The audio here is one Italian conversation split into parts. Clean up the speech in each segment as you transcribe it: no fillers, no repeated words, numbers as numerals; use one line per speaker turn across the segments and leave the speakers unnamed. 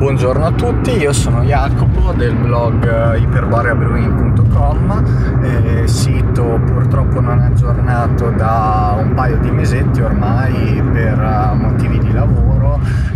Buongiorno a tutti, io sono Jacopo del blog iperboreabrewing.com, sito purtroppo non aggiornato da un paio di mesetti ormai per motivi di lavoro,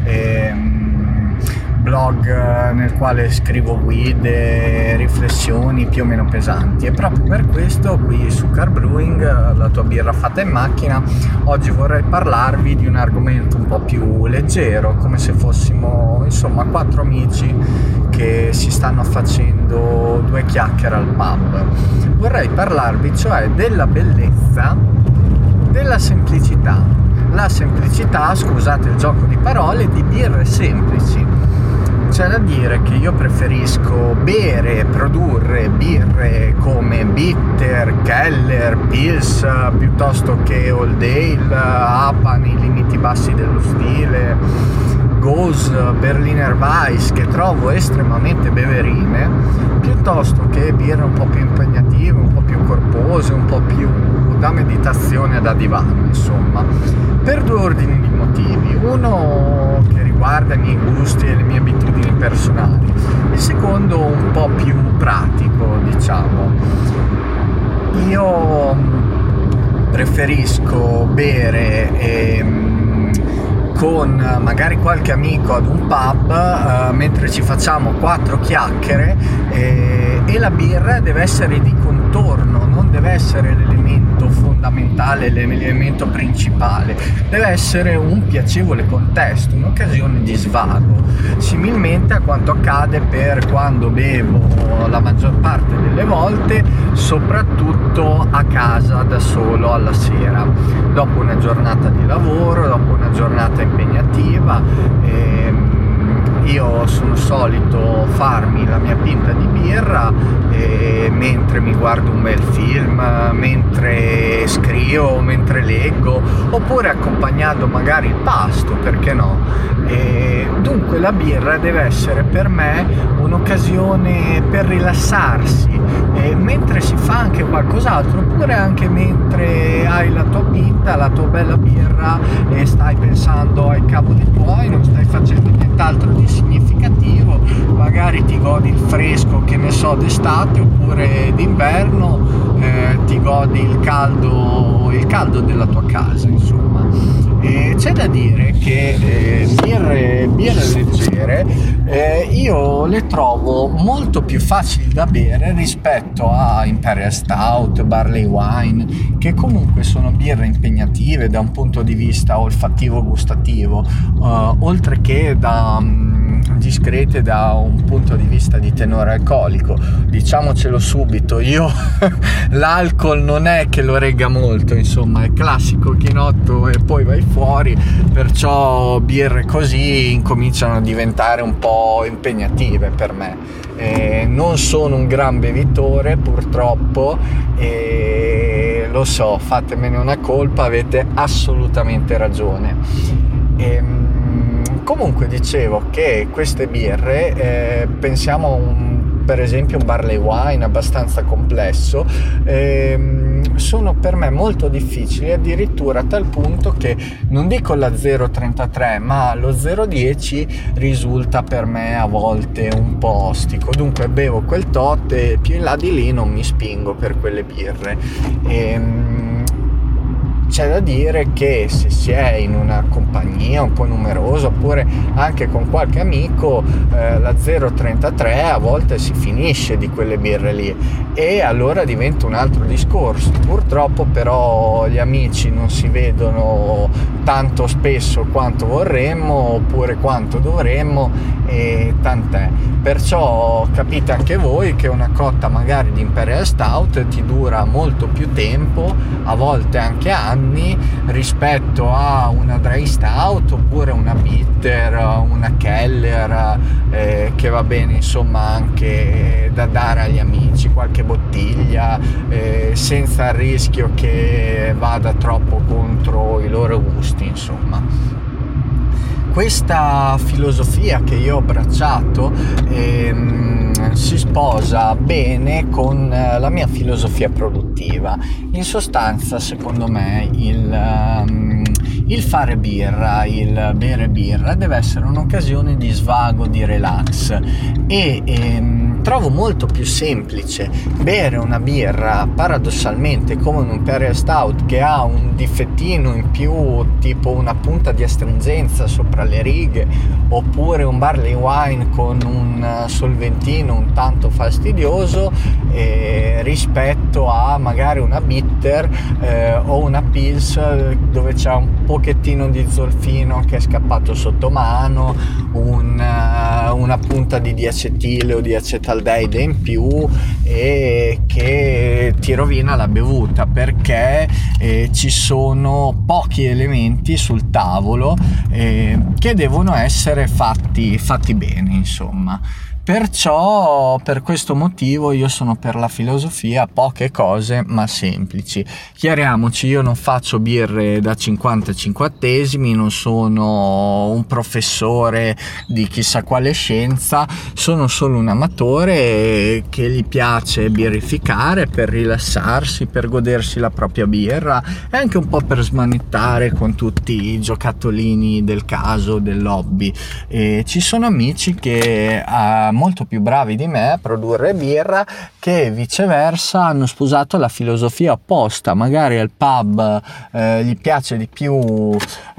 blog nel quale scrivo guide, riflessioni più o meno pesanti, e proprio per questo qui su Car Brewing, la tua birra fatta in macchina, oggi vorrei parlarvi di un argomento un po' più leggero, come se fossimo insomma quattro amici che si stanno facendo due chiacchiere al pub. Vorrei parlarvi cioè della bellezza della semplicità, la semplicità, scusate il gioco di parole, di birre semplici. C'è da dire che io preferisco bere e produrre birre come Bitter, Keller, Pils, piuttosto che Old Ale, APA nei limiti bassi dello stile, Goose, Berliner Weiss, che trovo estremamente beverine, piuttosto che birre un po' più impegnative, un po' più corpose, un po' più da meditazione da divano, insomma, per due ordini di motivi. Uno che riguarda i miei gusti e le mie abitudini personali, il secondo un po' più pratico, diciamo. Io preferisco bere con magari qualche amico ad un pub mentre ci facciamo quattro chiacchiere, e la birra deve essere di contorno, non deve essere l'elemento fondamentale, l'elemento principale, deve essere un piacevole contesto, un'occasione di svago, similmente a quanto accade per quando bevo la maggior parte delle volte, soprattutto a casa da solo alla sera, dopo una giornata di lavoro, dopo una giornata impegnativa. Io sono solito farmi la mia pinta di birra mentre mi guardo un bel film, mentre scrivo, mentre leggo, oppure accompagnando magari il pasto, perché no? Dunque la birra deve essere per me un'occasione per rilassarsi, mentre si fa anche qualcos'altro, oppure anche mentre hai la tua pinta, la tua bella birra e stai pensando ai cavoli tuoi, non stai facendo nient'altro di significativo, magari ti godi il fresco, che ne so, d'estate, oppure d'inverno, ti godi il caldo della tua casa, insomma. E c'è da dire che birre leggere io le trovo molto più facili da bere rispetto a Imperial Stout, Barley Wine, che comunque sono birre impegnative da un punto di vista olfattivo gustativo, oltre che discrete da un punto di vista di tenore alcolico. Diciamocelo subito, io l'alcol non è che lo regga molto, insomma, è classico chinotto e poi vai fuori, perciò birre così incominciano a diventare un po' impegnative per me. Non sono un gran bevitore, purtroppo, e lo so, fatemene una colpa, avete assolutamente ragione. Comunque dicevo che queste birre, pensiamo per esempio un Barley Wine abbastanza complesso, sono per me molto difficili, addirittura a tal punto che non dico la 0,33 ma lo 0,10 risulta per me a volte un po' ostico, dunque bevo quel tot e più in là di lì non mi spingo per quelle birre. C'è da dire che se si è in una compagnia un po' numerosa, oppure anche con qualche amico, la 0,33 a volte si finisce di quelle birre lì, e allora diventa un altro discorso. Purtroppo però gli amici non si vedono tanto spesso quanto vorremmo, oppure quanto dovremmo, e tant'è. Perciò capite anche voi che una cotta magari di Imperial Stout ti dura molto più tempo, a volte anche anni, rispetto a una Dry Stout, oppure una Bitter, una Keller, che va bene insomma anche da dare agli amici, qualche bottiglia, senza il rischio che vada troppo contro i loro gusti, insomma. Questa filosofia che io ho abbracciato si sposa bene con la mia filosofia produttiva. In sostanza, secondo me, il fare birra, il bere birra deve essere un'occasione di svago, di relax e trovo molto più semplice bere una birra paradossalmente come un Imperial Stout che ha un difettino in più, tipo una punta di astringenza sopra le righe, oppure un barley wine con un solventino un tanto fastidioso, rispetto a magari una bitter o una pils dove c'è un pochettino di zolfino che è scappato sotto mano, una punta di diacetile o di acetaldeide in più, e che ti rovina la bevuta perché ci sono pochi elementi sul tavolo che devono essere fatti bene, insomma. Perciò, per questo motivo, io sono per la filosofia poche cose ma semplici. Chiariamoci, io non faccio birre da 50 cinquantesimi, non sono un professore di chissà quale scienza, sono solo un amatore che gli piace birrificare per rilassarsi, per godersi la propria birra e anche un po' per smanettare con tutti i giocattolini del caso, dell'hobby. E ci sono amici che molto più bravi di me a produrre birra, che viceversa hanno sposato la filosofia opposta. Magari al pub gli piace di più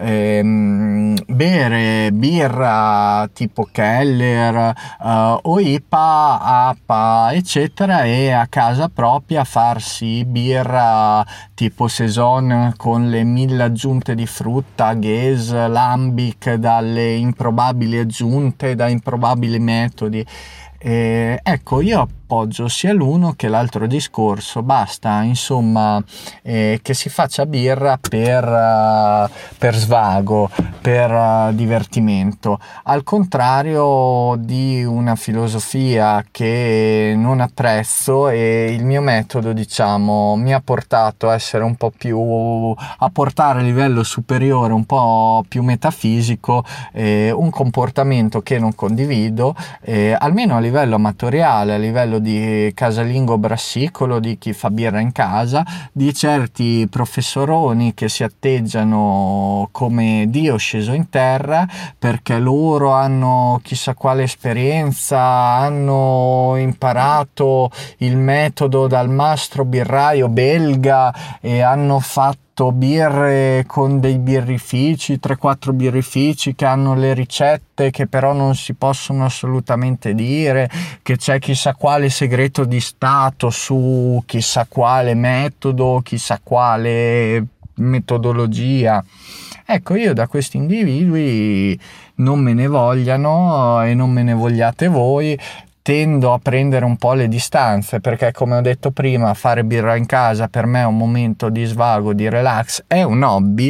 bere birra tipo Keller o IPA, APA eccetera, e a casa propria farsi birra tipo Saison con le 1000 aggiunte di frutta, Guez, Lambic, dalle improbabili aggiunte, da improbabili metodi. Ecco, io appoggio sia l'uno che l'altro discorso, basta insomma che si faccia birra per svago, per divertimento, al contrario di una filosofia che non apprezzo. E il mio metodo, diciamo, mi ha portato a essere un po' più, a portare a livello superiore, un po' più metafisico, un comportamento che non condivido, almeno a livello amatoriale, a livello di casalingo brassicolo, di chi fa birra in casa, di certi professoroni che si atteggiano come Dio sceso in terra perché loro hanno chissà quale esperienza, hanno imparato il metodo dal mastro birraio belga e hanno fatto birre con dei birrifici, 3-4 birrifici che hanno le ricette che però non si possono assolutamente dire, che c'è chissà quale segreto di stato su chissà quale metodo, chissà quale metodologia. Ecco, io da questi individui non me ne vogliano e non me ne vogliate voi. Tendo a prendere un po' le distanze perché, come ho detto prima, fare birra in casa per me è un momento di svago, di relax, è un hobby,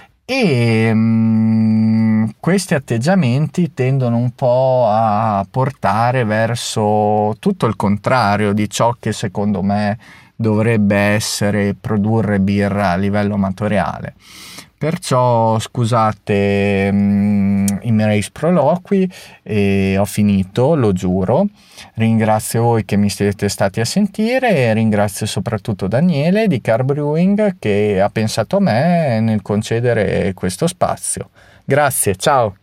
e questi atteggiamenti tendono un po' a portare verso tutto il contrario di ciò che secondo me dovrebbe essere produrre birra a livello amatoriale. Perciò scusate i miei sproloqui, e ho finito, lo giuro. Ringrazio voi che mi siete stati a sentire e ringrazio soprattutto Daniele di Car Brewing che ha pensato a me nel concedere questo spazio. Grazie, ciao!